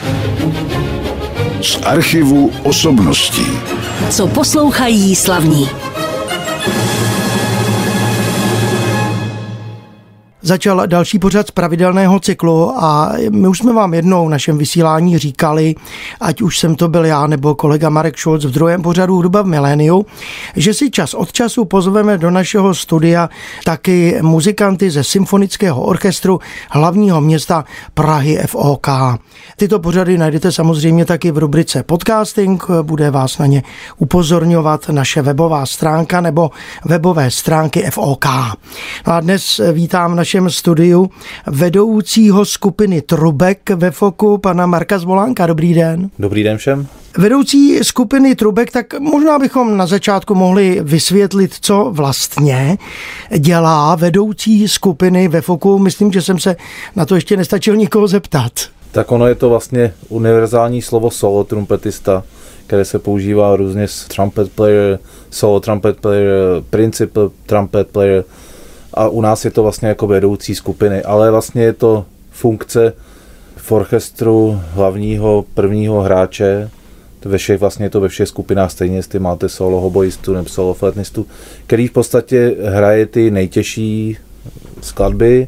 Z archivu osobností. Co poslouchají slavní. Začal další pořad z pravidelného cyklu a my už jsme vám jednou v našem vysílání říkali, ať už jsem to byl já nebo kolega Marek Šulc v druhém pořadu Hudba v miléniu, že si čas od času pozveme do našeho studia taky muzikanty ze symfonického orchestru hlavního města Prahy FOK. Tyto pořady najdete samozřejmě taky v rubrice podcasting, bude vás na ně upozorňovat naše webová stránka nebo webové stránky FOK. No a dnes vítám v našem studiu vedoucího skupiny Trubek ve FOKu, pana Marka Zvolánka. Dobrý den. Dobrý den všem. Vedoucí skupiny Trubek, tak možná bychom na začátku mohli vysvětlit, co vlastně dělá vedoucí skupiny ve FOKu. Myslím, že jsem se na to ještě nestačil nikoho zeptat. Tak ono je to vlastně univerzální slovo solo trumpetista, které se používá různě s trumpet player, solo trumpet player, principal trumpet player, a u nás je to vlastně jako vedoucí skupiny, ale vlastně je to funkce v orchestru hlavního prvního hráče, vlastně je to ve všech skupinách stejně, jestli máte solo hoboistu nebo solo flétnistu, který v podstatě hraje ty nejtěžší skladby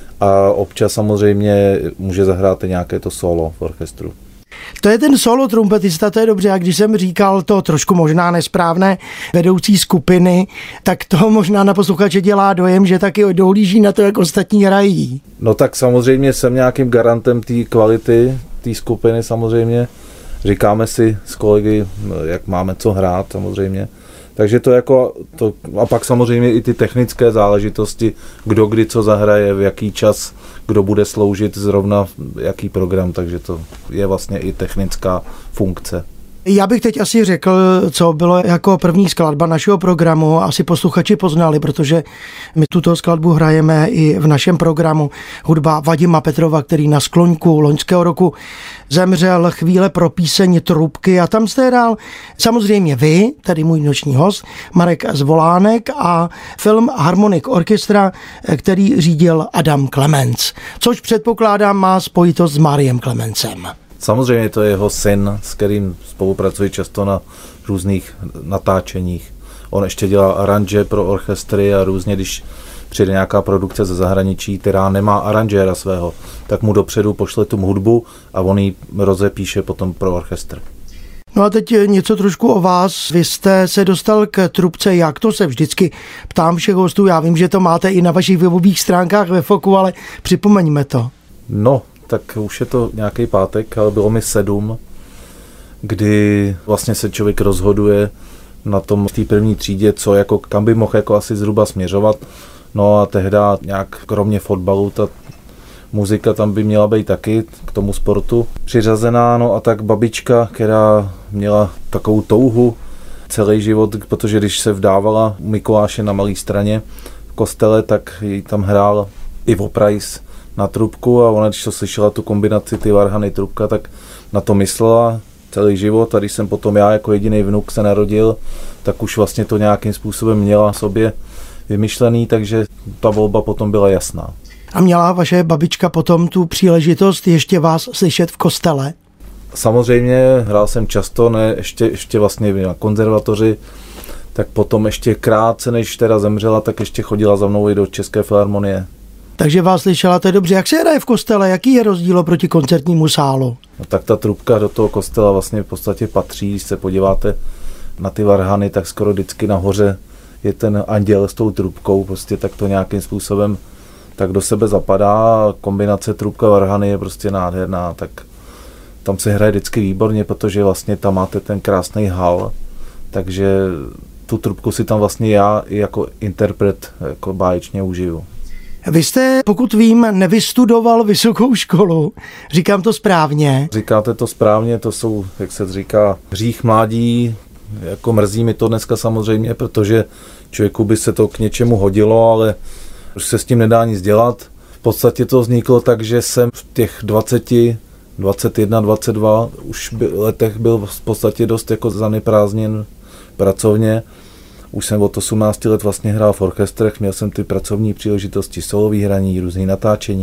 a občas samozřejmě může zahrát nějaké to solo v orchestru. To je ten solo trumpetista, to je dobře. A když jsem říkal to trošku možná nesprávné vedoucí skupiny, tak to možná na posluchače dělá dojem, že taky dohlíží na to, jak ostatní hrají. No tak samozřejmě jsem nějakým garantem té kvality té skupiny samozřejmě. Říkáme si s kolegy, jak máme co hrát samozřejmě. Takže to jako, a pak samozřejmě i ty technické záležitosti, kdo kdy co zahraje, v jaký čas, kdo bude sloužit zrovna jaký program, takže to je vlastně i technická funkce. Já bych teď asi řekl, co bylo jako první skladba našeho programu, asi posluchači poznali, protože my tuto skladbu hrajeme i v našem programu. Hudba Vadima Petrova, který na skloňku loňského roku zemřel chvíle pro píseň Trubky a tam jste hrál samozřejmě vy, tady můj noční host, Marek Zvolánek a film Harmonic Orchestra, který řídil Adam Clemens, což předpokládám má spojitost s Mariem Clemensem. Samozřejmě to je jeho syn, s kterým spolupracuji často na různých natáčeních. On ještě dělá aranže pro orchestry a různě, když přijde nějaká produkce ze zahraničí, která nemá aranžéra svého, tak mu dopředu pošle tu hudbu a on ji rozepíše potom pro orchestr. No a teď něco trošku o vás. Vy jste se dostal k trubce, jak to se vždycky ptám všech hostů. Já vím, že to máte i na vašich webových stránkách ve FOKu, ale připomeňme to. No, tak už je to nějaký pátek, ale bylo mi 7, kdy vlastně se člověk rozhoduje na tom v té první třídě, co jako, kam by mohl jako asi zhruba směřovat. No a tehda nějak kromě fotbalu ta muzika tam by měla být taky k tomu sportu přiřazená. No a tak babička, která měla takovou touhu celý život, protože když se vdávala u Mikuláše na Malé Straně v kostele, tak jí tam hrál Ivo Price na trubku a ona, když to slyšela tu kombinaci ty varhany trubka, tak na to myslela celý život a když jsem potom já jako jediný vnuk se narodil, tak už vlastně to nějakým způsobem měla sobě vymyšlený, takže ta volba potom byla jasná. A měla vaše babička potom tu příležitost ještě vás slyšet v kostele? Samozřejmě, hrál jsem často, ne, ještě vlastně na konzervatoři, tak potom ještě krátce, než teda zemřela, tak ještě chodila za mnou i do České filharmonie. Takže vás slyšela, to je dobře. Jak se hraje v kostele? Jaký je rozdíl proti koncertnímu sálu? No, tak ta trubka do toho kostela vlastně v podstatě patří. Když se podíváte na ty varhany, tak skoro vždycky nahoře je ten anděl s tou trubkou. Prostě tak to nějakým způsobem tak do sebe zapadá. Kombinace trubka varhany je prostě nádherná. Tak tam se hraje vždycky výborně, protože vlastně tam máte ten krásný hal. Takže tu trubku si tam vlastně já i jako interpret jako báječně užiju. Vy jste, pokud vím, nevystudoval vysokou školu. Říkám to správně? Říkáte to správně, to jsou, jak se říká, hřích mládí. Jako mrzí mi to dneska samozřejmě, protože člověku by se to k něčemu hodilo, ale už se s tím nedá nic dělat. V podstatě to vzniklo tak, že jsem v těch 20, 21, 22 už letech byl v podstatě dost jako zaneprázdněn pracovně. Už jsem od 18 let vlastně hrál v orchestrech, měl jsem ty pracovní příležitosti, solový hraní, různý natáčení.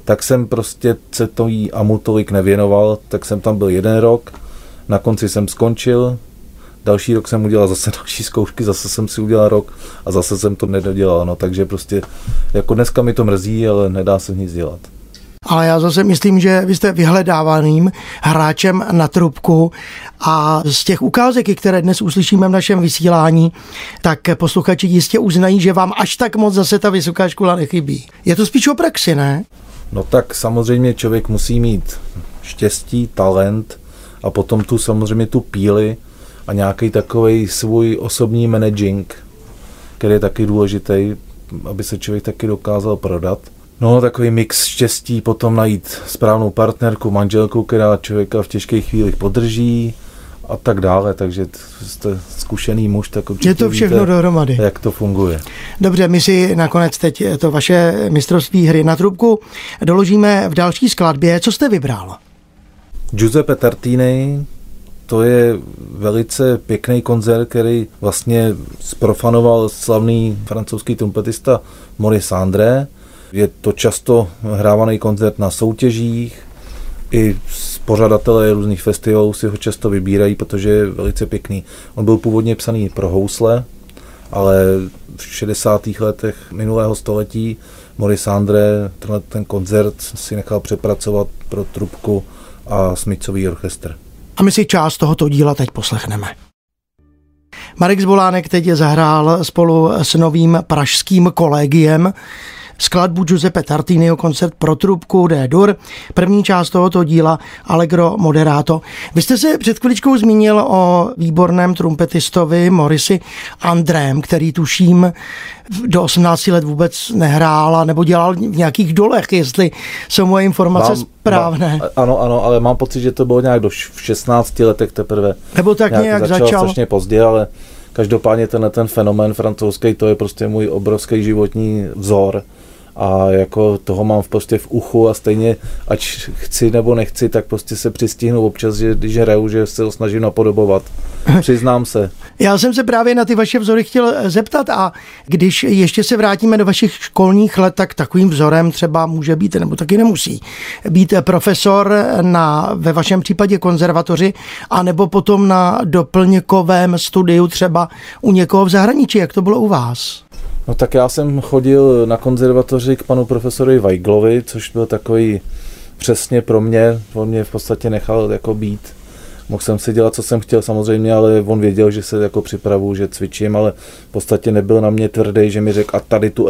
tak jsem prostě se jí amu tolik nevěnoval, tak jsem tam byl 1 rok, na konci jsem skončil, další rok jsem udělal zase další zkoušky, zase jsem si udělal rok a zase jsem to nedodělal, no takže prostě jako dneska mi to mrzí, ale nedá se nic dělat. Ale já zase myslím, že vy jste vyhledávaným hráčem na trubku a z těch ukázek, které dnes uslyšíme v našem vysílání, tak posluchači jistě uznají, že vám až tak moc zase ta vysoká škola nechybí. Je to spíš o praxi, ne? No tak samozřejmě člověk musí mít štěstí, talent a potom samozřejmě tu píli a nějaký takovej svůj osobní managing, který je taky důležitý, aby se člověk taky dokázal prodat. No, takový mix štěstí, potom najít správnou partnerku, manželku, která člověka v těžkých chvílích podrží a tak dále, takže jste zkušený muž, tak určitě je to všechno víte, dohromady. Jak to funguje. Dobře, my si nakonec teď to vaše mistrovství hry na trubku doložíme v další skladbě. Co jste vybral? Giuseppe Tartini, to je velice pěkný koncert, který vlastně zprofanoval slavný francouzský trumpetista Maurice André. Je to často hrávaný koncert na soutěžích, i pořadatelé různých festivalů si ho často vybírají, protože je velice pěkný. On byl původně psaný pro housle, ale v 60. letech minulého století Maurice André ten koncert si nechal přepracovat pro trubku a smyčcový orchestr. A my si část tohoto díla teď poslechneme. Marek Zvolánek teď zahrál spolu s novým pražským kolegiem skladbu Giuseppe Tartiniho, koncert pro trubku D-dur, první část tohoto díla Allegro moderato. Vy jste se před chviličkou zmínil o výborném trumpetistovi Maurici Andrém, který tuším do 18 let vůbec nehrál nebo dělal v nějakých dolech, jestli jsou moje informace správné. Ano, ale mám pocit, že to bylo nějak v 16 letech teprve. Nebo tak nějak začal. Strašně pozdě, ale každopádně ten fenomén francouzský, to je prostě můj obrovský životní vzor. A jako toho mám prostě v uchu a stejně, ať chci nebo nechci, tak prostě se přistihnu občas, že když hraju, že se ho snažím napodobovat. Přiznám se. Já jsem se právě na ty vaše vzory chtěl zeptat a když ještě se vrátíme do vašich školních let, tak takovým vzorem třeba může být, nebo taky nemusí být profesor ve vašem případě konzervatoři, anebo potom na doplňkovém studiu třeba u někoho v zahraničí. Jak to bylo u vás? No tak já jsem chodil na konzervatoři k panu profesorovi Weiglovi, což byl takový přesně pro mě, on mě v podstatě nechal jako být. Mohl jsem si dělat, co jsem chtěl samozřejmě, ale on věděl, že se jako připravuju, že cvičím, ale v podstatě nebyl na mě tvrdý, že mi řekl a tady tu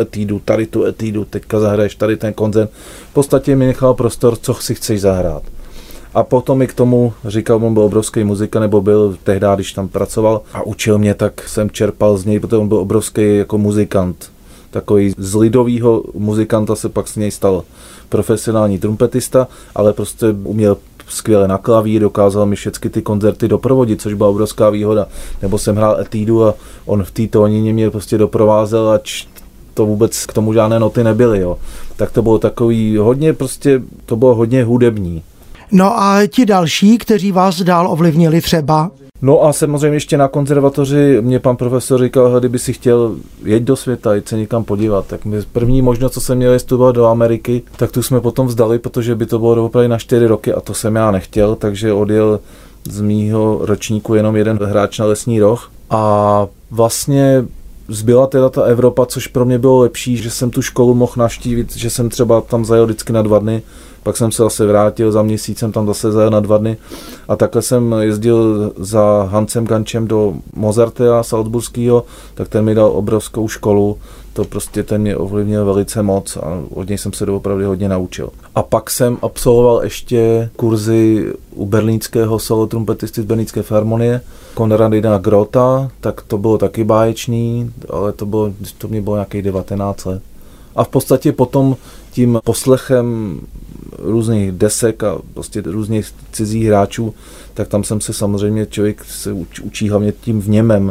etídu, teďka zahraješ tady ten koncert. V podstatě mi nechal prostor, co si chceš zahrát. A potom mi k tomu říkal, on byl obrovský muzika, nebo byl tehdy, když tam pracoval a učil mě, tak jsem čerpal z něj, protože on byl obrovský jako muzikant. Takový z lidovýho muzikanta se pak z něj stal profesionální trumpetista, ale prostě uměl skvěle na klavír, dokázal mi všechny ty koncerty doprovodit, což byla obrovská výhoda. Nebo jsem hrál etídu a on v té tónině mě prostě doprovázel, ač to vůbec k tomu žádné noty nebyly. Jo. Tak to bylo takový hodně, prostě to bylo hodně hudební. No a ti další, kteří vás dál ovlivnili třeba? No a samozřejmě ještě na konzervatoři mě pan profesor říkal, kdyby si chtěl jeď do světa, jít se někam podívat. Tak první možnost, co jsem měl, je studovat do Ameriky, tak tu jsme potom vzdali, protože by to bylo opravdu na 4 roky a to jsem já nechtěl, takže odjel z mýho ročníku jenom jeden hráč na Lesní roh. A vlastně zbyla teda ta Evropa, což pro mě bylo lepší, že jsem tu školu mohl navštívit, že jsem třeba tam zajel vždycky na 2 dny, pak jsem se zase vrátil, za měsíc jsem tam zase zajel na 2 dny a takhle jsem jezdil za Hansem Gančem do Mozartea Salzburského, tak ten mi dal obrovskou školu, to prostě ten mě ovlivnil velice moc a od něj jsem se doopravdy hodně naučil. A pak jsem absolvoval ještě kurzy u berlínského solotrumpetysty z Berlínské filharmonie, Konrada Grotta, tak to bylo taky báječný, ale to mě bylo nějakých 19 let. A v podstatě potom tím poslechem různých desek a prostě různých cizích hráčů, tak tam jsem se samozřejmě člověk se učí hlavně tím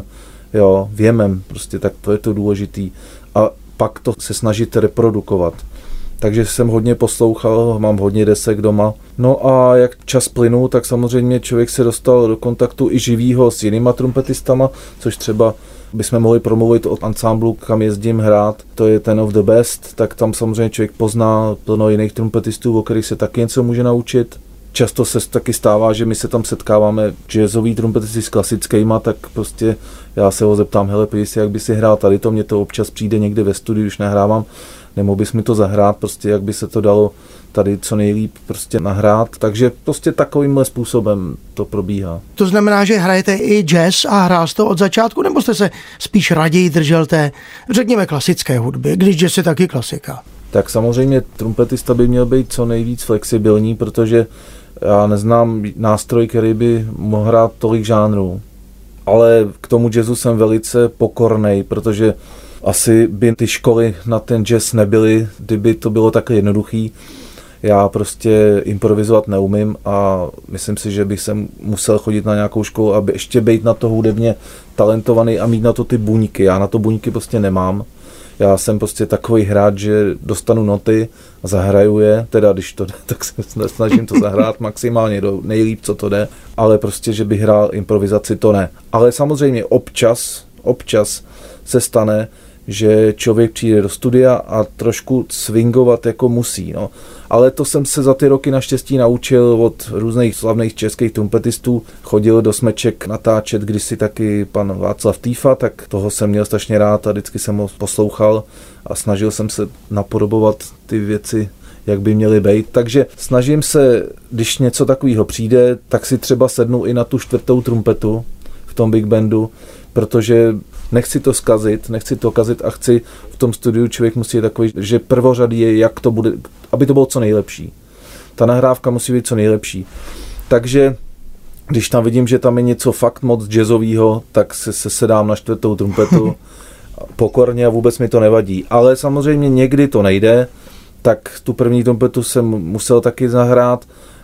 věmem, prostě tak to je to důležitý. A pak to se snažit reprodukovat. Takže jsem hodně poslouchal, mám hodně desek doma. No a jak čas plynul, tak samozřejmě člověk se dostal do kontaktu i živýho s jinýma trumpetistama, což třeba bychom mohli promluvit o ansámblu, kam jezdím hrát, to je Ten of the Best, tak tam samozřejmě člověk pozná plno jiných trumpetistů, o kterých se taky něco může naučit. Často se taky stává, že my se tam setkáváme jazzový trumpetisti s klasickýma, tak prostě já se ho zeptám, hele, jak by si hrál tady to, mně to občas přijde někde ve studiu, už nehrávám, nemohl bys mi to zahrát, prostě jak by se to dalo tady co nejlíp prostě nahrát, takže prostě takovýmhle způsobem to probíhá. To znamená, že hrajete i jazz a hrál jste to od začátku, nebo jste se spíš raději držel té, řekněme, klasické hudby, když jazz je taky klasika? Tak samozřejmě trumpetista by měl být co nejvíc flexibilní, protože já neznám nástroj, který by mohl hrát tolik žánrů. Ale k tomu jazzu jsem velice pokornej, protože asi by ty školy na ten jazz nebyly, kdyby to bylo tak jednoduchý. Já prostě improvizovat neumím a myslím si, že bych sem musel chodit na nějakou školu, aby ještě být na to hudebně talentovaný a mít na to ty buňky. Já na to buňky prostě nemám. Já jsem prostě takový hráč, že dostanu noty a zahraju je, teda když to jde, tak se snažím to zahrát maximálně do nejlíp, co to jde, ale prostě, že bych hrál improvizaci, to ne. Ale samozřejmě občas se stane, že člověk přijde do studia a trošku swingovat jako musí. No. Ale to jsem se za ty roky naštěstí naučil od různých slavných českých trumpetistů. Chodil do Smeček natáčet kdysi taky pan Václav Týfa, tak toho jsem měl strašně rád a vždycky jsem ho poslouchal a snažil jsem se napodobovat ty věci, jak by měly být. Takže snažím se, když něco takového přijde, tak si třeba sednu i na tu 4. trumpetu v tom big bandu, protože nechci to kazit a chci v tom studiu, člověk musí být takový, že prvořadý je, jak to bude, aby to bylo co nejlepší. Ta nahrávka musí být co nejlepší. Takže když tam vidím, že tam je něco fakt moc jazzového, tak se sedám na 4. trumpetu pokorně a vůbec mi to nevadí. Ale samozřejmě někdy to nejde, tak tu 1. trumpetu jsem musel taky zahrát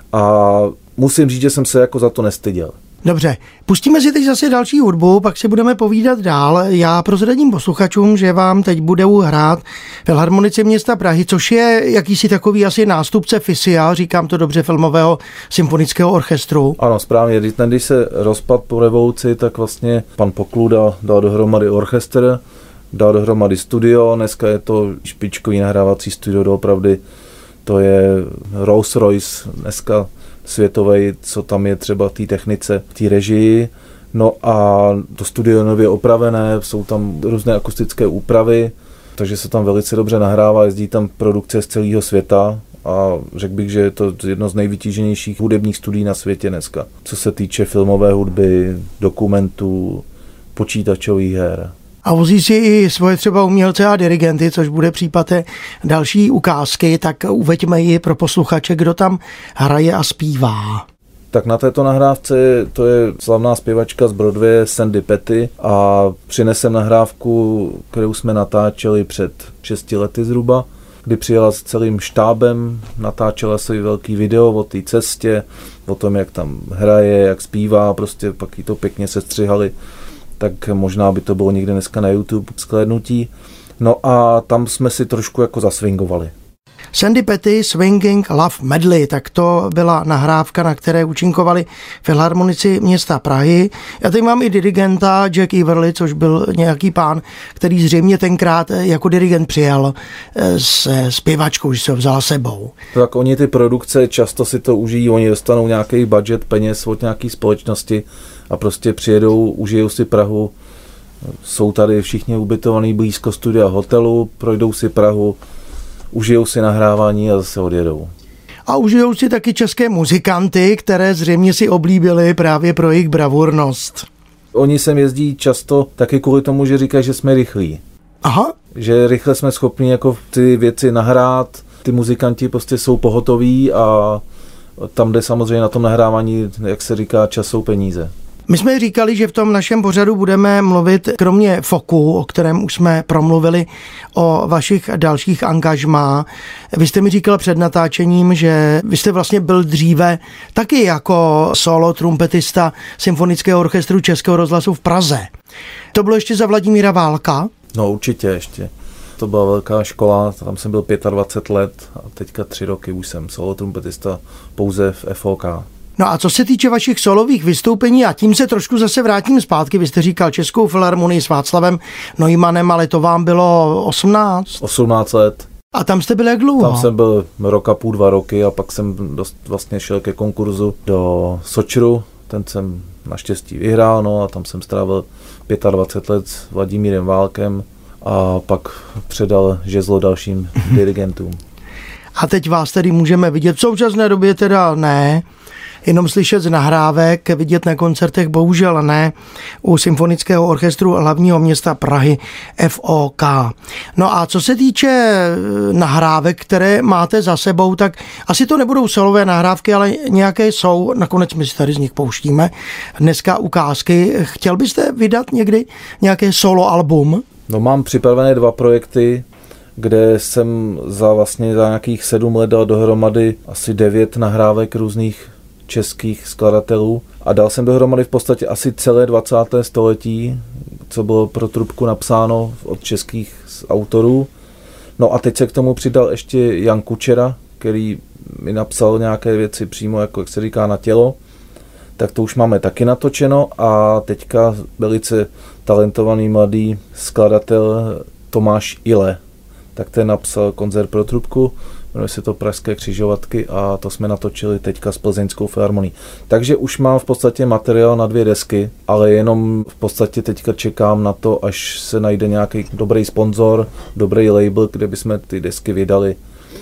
a musím říct, že jsem se jako za to nestyděl. Dobře, pustíme si teď zase další hudbu, pak si budeme povídat dál. Já prozradím posluchačům, že vám teď budou hrát Filharmonici města Prahy, což je jakýsi takový asi nástupce FISIA, říkám to dobře, filmového symfonického orchestru. Ano, správně, když se rozpad po revoluci, tak vlastně pan Pokluda dal dohromady orchestr, dal dohromady studio, dneska je to špičkový nahrávací studio, doopravdy to je Rolls-Royce dneska světovej, co tam je třeba v té technice, v té režii. No a to studio je nově opravené, jsou tam různé akustické úpravy, takže se tam velice dobře nahrává, jezdí tam produkce z celého světa a řekl bych, že je to jedno z nejvytíženějších hudebních studií na světě dneska, co se týče filmové hudby, dokumentů, počítačových her. A vozí si i svoje třeba umělce a dirigenty, což bude případ další ukázky, tak uveďme ji pro posluchače, kdo tam hraje a zpívá. Tak na této nahrávce to je slavná zpěvačka z Broadwaye Sandy Petty a přinesem nahrávku, kterou jsme natáčeli před 6 lety zhruba, kdy přijela s celým štábem, natáčela se velký video o té cestě, o tom, jak tam hraje, jak zpívá, prostě pak jí to pěkně sestřihali, tak možná by to bylo někde dneska na YouTube zhlédnutí. No a tam jsme si trošku jako zaswingovali. Sandy Petty Swinging Love Medley, tak to byla nahrávka, na které účinkovali Filharmonici města Prahy. Já tady mám i dirigenta Jack Everly, což byl nějaký pán, který zřejmě tenkrát jako dirigent přijel se zpěvačkou, že se ho vzala sebou. Tak oni ty produkce často si to užijí, oni dostanou nějaký budget peněz od nějaké společnosti a prostě přijedou, užijou si Prahu, jsou tady všichni ubytovaní blízko studia hotelu, projdou si Prahu, užijou si nahrávání a zase odjedou. A užijou si taky české muzikanty, které zřejmě si oblíbili právě pro jejich bravurnost. Oni sem jezdí často taky kvůli tomu, že říkají, že jsme rychlí. Aha. Že rychle jsme schopni jako ty věci nahrát, ty muzikanti prostě jsou pohotoví a tam jde samozřejmě na tom nahrávání, jak se říká, čas jsou peníze. My jsme říkali, že v tom našem pořadu budeme mluvit kromě Foku, o kterém už jsme promluvili, o vašich dalších angažmá. Vy jste mi říkal před natáčením, že vy jste vlastně byl dříve taky jako solo trumpetista Symfonického orchestru Českého rozhlasu v Praze. To bylo ještě za Vladimíra Válka? No určitě ještě. To byla velká škola, tam jsem byl 25 let a teďka 3 roky už jsem solo trumpetista pouze v FOK. No a co se týče vašich solových vystoupení, a tím se trošku zase vrátím zpátky, vy jste říkal Českou filharmonii s Václavem Neumannem, ale to vám bylo 18 let. A tam jste byl jak dlouho? Tam jsem byl rok a půl, 2 roky a pak jsem vlastně šel ke konkurzu do Sočru, ten jsem naštěstí vyhrál, no a tam jsem strávil 25 let s Vladimírem Válkem a pak předal žezlo dalším dirigentům. A teď vás tedy můžeme vidět, v současné době teda ne, jenom slyšet z nahrávek, vidět na koncertech bohužel ne, u Symfonického orchestru hlavního města Prahy FOK. No a co se týče nahrávek, které máte za sebou, tak asi to nebudou solové nahrávky, ale nějaké jsou, nakonec my si tady z nich pouštíme dneska ukázky. Chtěl byste vydat někdy nějaké solo album? No mám připravené 2 projekty, kde jsem za nějakých 7 let dal dohromady asi 9 nahrávek různých českých skladatelů a dal jsem dohromady v podstatě asi celé 20. století, co bylo pro trubku napsáno od českých autorů. No a teď se k tomu přidal ještě Jan Kučera, který mi napsal nějaké věci přímo, jako jak se říká, na tělo. Tak to už máme taky natočeno a teďka velice talentovaný mladý skladatel Tomáš Ile, tak ten napsal koncert pro trubku, jmenuje se to Pražské křižovatky a to jsme natočili teďka s Plzeňskou filharmonií. Takže už mám v podstatě materiál na 2 desky, ale jenom v podstatě teďka čekám na to, až se najde nějaký dobrý sponzor, dobrý label, kde bychom ty desky vydali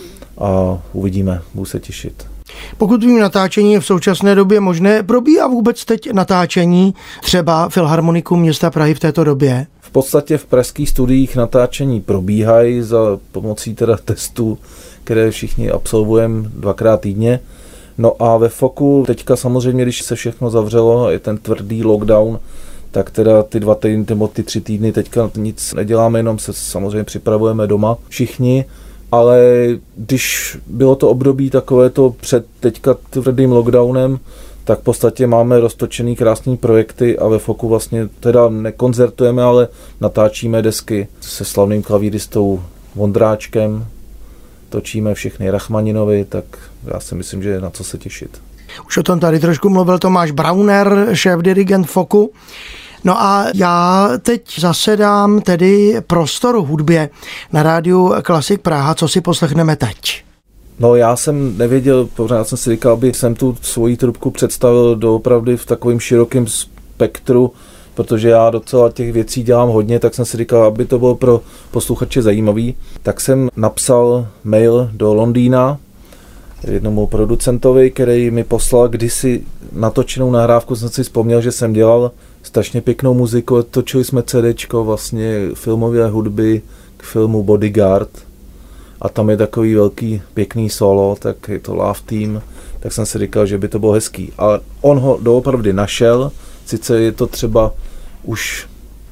a uvidíme, budu se těšit. Pokud vím, natáčení je v současné době možné, probíhá vůbec teď natáčení třeba Filharmoniku města Prahy v této době? V podstatě v pražských studiích natáčení probíhají za pomocí teda testů, které všichni absolvujeme 2krát týdně. No a ve FOKu teďka samozřejmě, když se všechno zavřelo, je ten tvrdý lockdown, tak teda ty 2 týdny nebo ty 3 týdny teďka nic neděláme, jenom se samozřejmě připravujeme doma všichni. Ale když bylo to období takové to před teďka tvrdým lockdownem, tak v podstatě máme roztočený krásný projekty a ve FOKu vlastně teda nekoncertujeme, ale natáčíme desky se slavným klavíristou Vondráčkem, točíme všechny Rachmaninovi, tak já si myslím, že je na co se těšit. Už o tom tady trošku mluvil Tomáš Brauner, šéf-dirigent FOKu. No a já teď zasedám tedy prostor hudbě na rádiu Klasik Praha. Co si poslechneme teď? No já jsem nevěděl, pořád jsem si říkal, aby jsem tu svoji trubku představil doopravdy v takovém širokém spektru, protože já docela těch věcí dělám hodně, tak jsem si říkal, aby to bylo pro posluchače zajímavý. Tak jsem napsal mail do Londýna jednomu producentovi, který mi poslal kdysi natočenou nahrávku, jsem si vzpomněl, že jsem dělal strašně pěknou muziku, točili jsme CDčko vlastně filmové hudby k filmu Bodyguard a tam je takový velký pěkný solo, tak je to Love Team, tak jsem si říkal, že by to bylo hezký. Ale on ho doopravdy našel, sice je to třeba už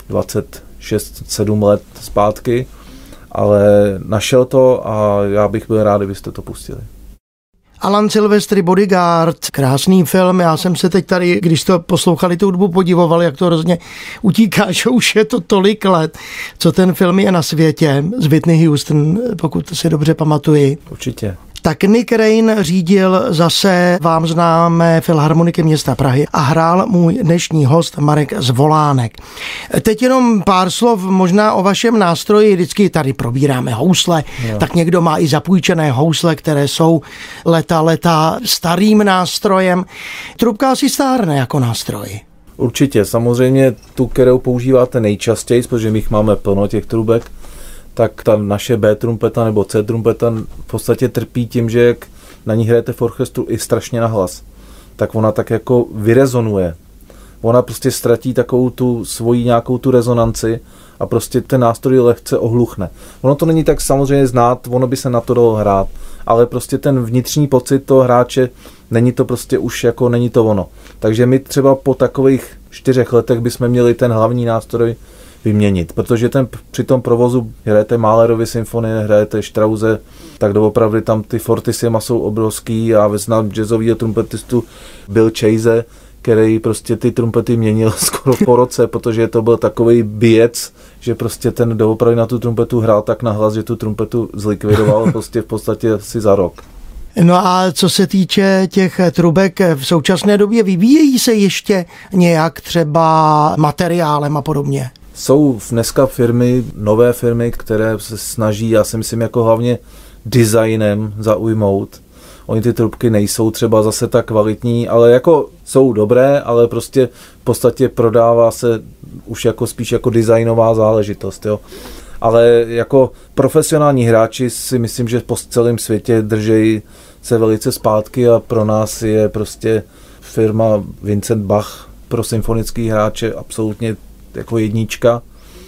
26-7 let zpátky, ale našel to a já bych byl rád, kdybyste to pustili. Alan Silvestri, Bodyguard, krásný film. Já jsem se teď tady, když jste poslouchali tu hudbu, podivoval, jak to hrozně utíká, že už je to tolik let, co ten film je na světě, z Whitney Houston, pokud si dobře pamatuji. Určitě. Tak Nick Rain řídil zase vám známé Filharmoniky města Prahy a hrál můj dnešní host Marek Zvolánek. Teď jenom pár slov možná o vašem nástroji. Vždycky tady probíráme housle, tak někdo má i zapůjčené housle, které jsou leta starým nástrojem. Trubka asi stárne jako nástroj. Určitě, samozřejmě tu, kterou používáte nejčastěji, protože my máme plno těch trubek, tak ta naše B trumpeta nebo C trumpeta v podstatě trpí tím, že jak na ní hrajete v orchestru i strašně nahlas, tak ona tak jako vyrezonuje. Ona prostě ztratí takovou tu svoji nějakou tu rezonanci a prostě ten nástroj lehce ohluchne. Ono to není tak samozřejmě znát, ono by se na to dalo hrát, ale prostě ten vnitřní pocit toho hráče, není to prostě už jako není to ono. Takže my třeba po takových 4 letech bychom měli ten hlavní nástroj vyměnit, protože při tom provozu hrajete Mahlerovy symfonie, hrajete Strause, tak doopravdy tam ty fortissima jsou obrovský. Já znám jazzovýho trumpetistu Bill Chase, který prostě ty trumpety měnil skoro po roce, protože to byl takovej bijec, že prostě ten doopravdy na tu trumpetu hrál tak nahlas, že tu trumpetu zlikvidoval prostě v podstatě asi za rok. No a co se týče těch trubek v současné době, vyvíjejí se ještě nějak třeba materiálem a podobně? Jsou dneska nové firmy, které se snaží, já si myslím, jako hlavně designem zaujmout. Oni ty trubky nejsou třeba zase tak kvalitní, ale jako jsou dobré, ale prostě v podstatě prodává se už jako spíš jako designová záležitost, jo. Ale jako profesionální hráči si myslím, že po celém světě držejí se velice zpátky a pro nás je prostě firma Vincent Bach pro symfonický hráče absolutně jako jednička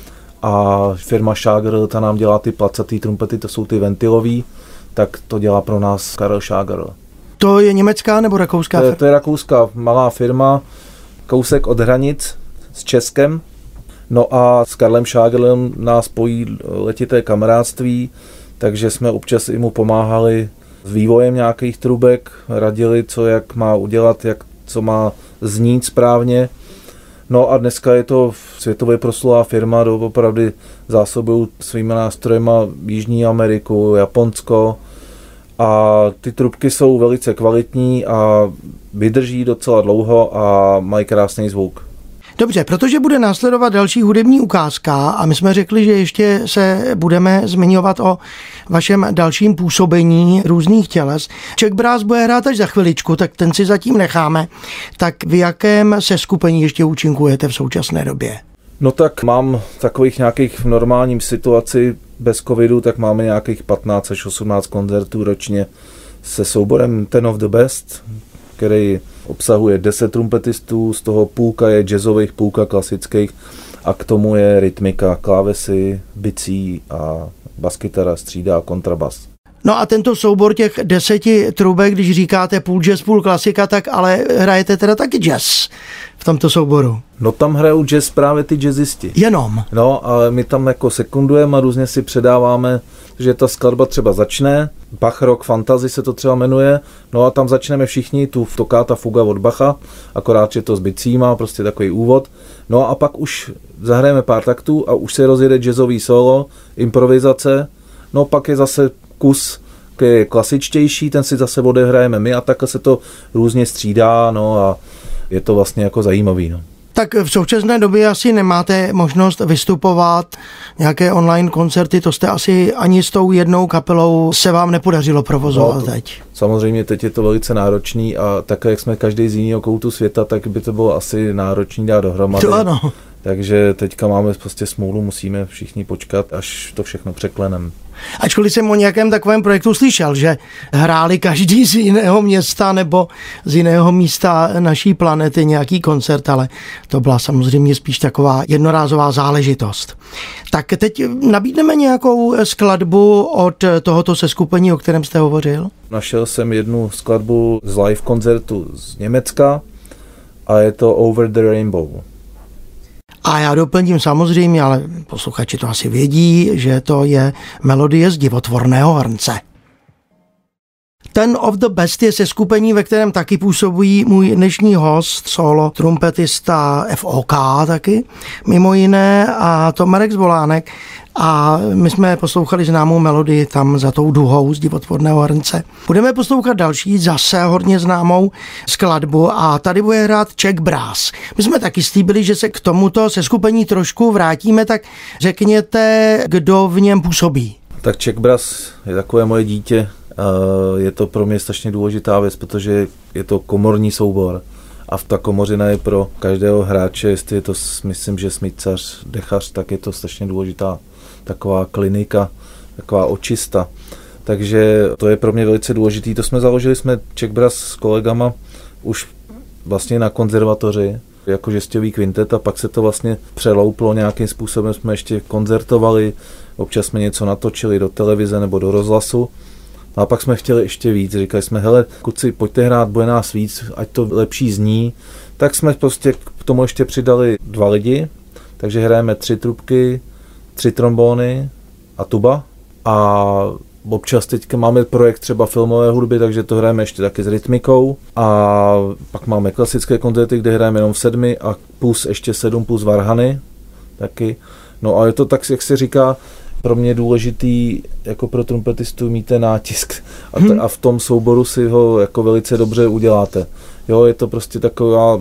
a firma Schagerl, ta nám dělá ty placatý trumpety, to jsou ty ventilový, tak to dělá pro nás Karel Schagerl. To je německá nebo rakouská firma? To je rakouská malá firma, kousek od hranic s Českem. No a s Karlem Schagerlem nás spojí letité kamarádství, takže jsme občas i mu pomáhali s vývojem nějakých trubek, radili, co jak má udělat, co má znít správně. No a dneska je to světově proslulá firma, opravdu zásobují svými nástrojema Jižní Ameriku, Japonsko a ty trubky jsou velice kvalitní a vydrží docela dlouho a mají krásný zvuk. Dobře, protože bude následovat další hudební ukázka a my jsme řekli, že ještě se budeme zmiňovat o vašem dalším působení různých těles. Czech Brass bude hrát až za chviličku, tak ten si zatím necháme. Tak v jakém seskupení ještě účinkujete v současné době? No tak mám takových nějakých v normálním situaci bez covidu, tak máme nějakých 15 až 18 koncertů ročně se souborem Ten of the Best, který obsahuje 10 trumpetistů, z toho půlka je jazzových, půlka klasických a k tomu je rytmika, klávesy, bicí a baskytara, střídá, kontrabas. No a tento soubor těch 10 trubek, když říkáte půl jazz, půl klasika, tak ale hrajete teda taky jazz v tomto souboru. No tam hrajou jazz právě ty jazzisti. Jenom. No, ale my tam jako sekundujeme a různě si předáváme, že ta skladba třeba začne, Bach Rock Fantasy se to třeba jmenuje, no a tam začneme všichni, tu Toccata Fuga od Bacha, akorát, že to s bicíma, prostě takový úvod. No a pak už zahrajeme pár taktů a už se rozjede jazzový solo, improvizace, no pak je zase kus, který je klasičtější, ten si zase odehrajeme my a takhle se to různě střídá, no a je to vlastně jako zajímavý, no. Tak v současné době asi nemáte možnost vystupovat, nějaké online koncerty, to jste asi ani s tou jednou kapelou se vám nepodařilo provozovat teď. Samozřejmě teď je to velice náročný a také jak jsme každý z jiného koutu světa, tak by to bylo asi náročný dát dohromady. To ano. Takže teďka máme prostě smůlu, musíme všichni počkat, až to všechno překleneme. Ačkoliv jsem o nějakém takovém projektu slyšel, že hráli každý z jiného města nebo z jiného místa naší planety nějaký koncert, ale to byla samozřejmě spíš taková jednorázová záležitost. Tak teď nabídneme nějakou skladbu od tohoto seskupení, o kterém jste hovořil? Našel jsem jednu skladbu z live koncertu z Německa a je to Over the Rainbow. A já doplním samozřejmě, ale posluchači to asi vědí, že to je melodie z Divotvorného hrnce. Ten of the Best je seskupení, ve kterém taky působí můj dnešní host, solo trumpetista FOK taky, mimo jiné, a to Marek Zvolánek. A my jsme poslouchali známou melodii tam za tou duhou z Divotvorného hrnce. Budeme poslouchat další, zase hodně známou skladbu a tady bude hrát Czech Brass. My jsme taky slíbili, že se k tomuto seskupení trošku vrátíme, tak řekněte, kdo v něm působí. Tak Czech Brass je takové moje dítě. Je to pro mě strašně důležitá věc, protože je to komorní soubor a ta komořina je pro každého hráče, jestli je to, myslím, že smyčcař, dechař, tak je to strašně důležitá taková klinika, taková očista. Takže to je pro mě velice důležitý. To jsme založili Czech Brass s kolegama už vlastně na konzervatoři, jako žestový kvintet a pak se to vlastně přelouplo nějakým způsobem, jsme ještě koncertovali, občas jsme něco natočili do televize nebo do rozhlasu. A pak jsme chtěli ještě víc, říkali jsme, hele, kluci, pojďte hrát, bude nás víc, ať to lepší zní. Tak jsme prostě k tomu ještě přidali 2 lidi, takže hrajeme 3 trubky, 3 trombóny a tuba. A občas teďka máme projekt třeba filmové hudby, takže to hrajeme ještě taky s rytmikou. A pak máme klasické koncerty, kde hrajeme jenom v 7 a plus ještě 7 plus varhany taky. No a je to tak, jak se říká, Pro mě je důležitý jako pro trumpetistu mít ten nátisk a v tom souboru si ho jako velice dobře uděláte. Jo, je to prostě taková,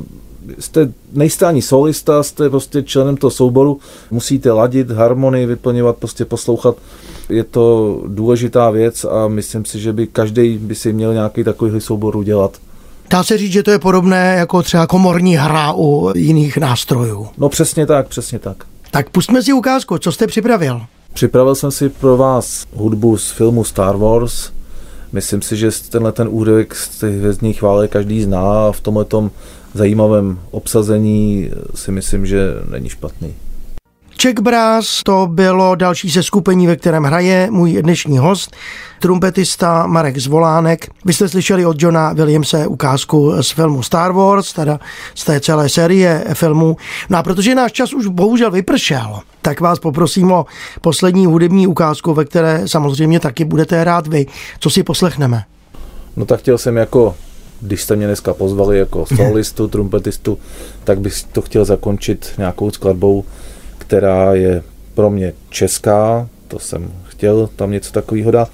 nejste ani solista, jste prostě členem toho souboru, musíte ladit, harmonii vyplňovat, prostě poslouchat. Je to důležitá věc a myslím si, že by každý by si měl nějaký takovýhle soubor udělat. Dá se říct, že to je podobné jako třeba komorní hra u jiných nástrojů. No přesně tak, přesně tak. Tak pustme si ukázku, co jste připravil? Připravil jsem si pro vás hudbu z filmu Star Wars. Myslím si, že ten úryvek z těch hvězdných válek každý zná a v tomhletom zajímavém obsazení si myslím, že není špatný. Czech Brass, to bylo další seskupení, ve kterém hraje můj dnešní host, trumpetista Marek Zvolánek. Vy jste slyšeli od Johna Williamse ukázku z filmu Star Wars, teda z té celé série filmů. No a protože náš čas už bohužel vypršel, tak vás poprosím o poslední hudební ukázku, ve které samozřejmě taky budete hrát vy. Co si poslechneme? No tak chtěl jsem když jste mě dneska pozvali jako solistu, trumpetistu, tak bych to chtěl zakončit nějakou skladbou, která je pro mě česká, to jsem chtěl tam něco takového dát,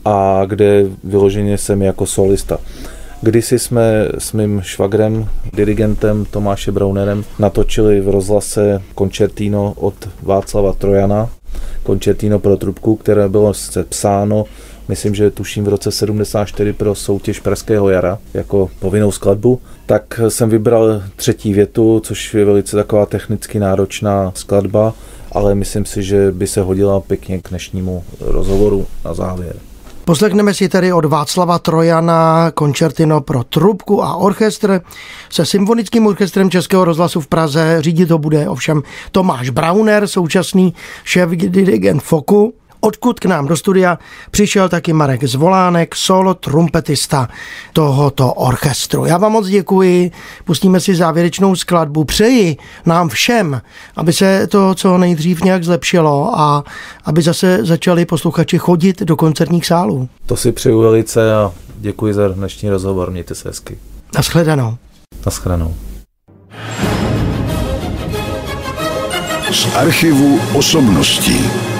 a kde vyloženě jsem jako solista. Kdysi jsme s mým švagrem, dirigentem Tomášem Braunerem natočili v rozhlase koncertino od Václava Trojana, koncertino pro trubku, které bylo psáno, myslím, že tuším v roce 74 pro soutěž Pražského jara jako povinnou skladbu, tak jsem vybral třetí větu, což je velice taková technicky náročná skladba, ale myslím si, že by se hodila pěkně k dnešnímu rozhovoru na závěr. Poslechneme si tedy od Václava Trojana koncertino pro trubku a orchestr se Symfonickým orchestrem Českého rozhlasu v Praze. Řídit to bude ovšem Tomáš Brauner, současný šéf dirigent FOKu. Odkud k nám do studia přišel taky Marek Zvolánek, solo trumpetista tohoto orchestru. Já vám moc děkuji, pustíme si závěrečnou skladbu. Přeji nám všem, aby se to co nejdřív nějak zlepšilo a aby zase začali posluchači chodit do koncertních sálů. To si přeju velice a děkuji za dnešní rozhovor, mějte se hezky. Naschledanou. Naschledanou. Z archivu osobností.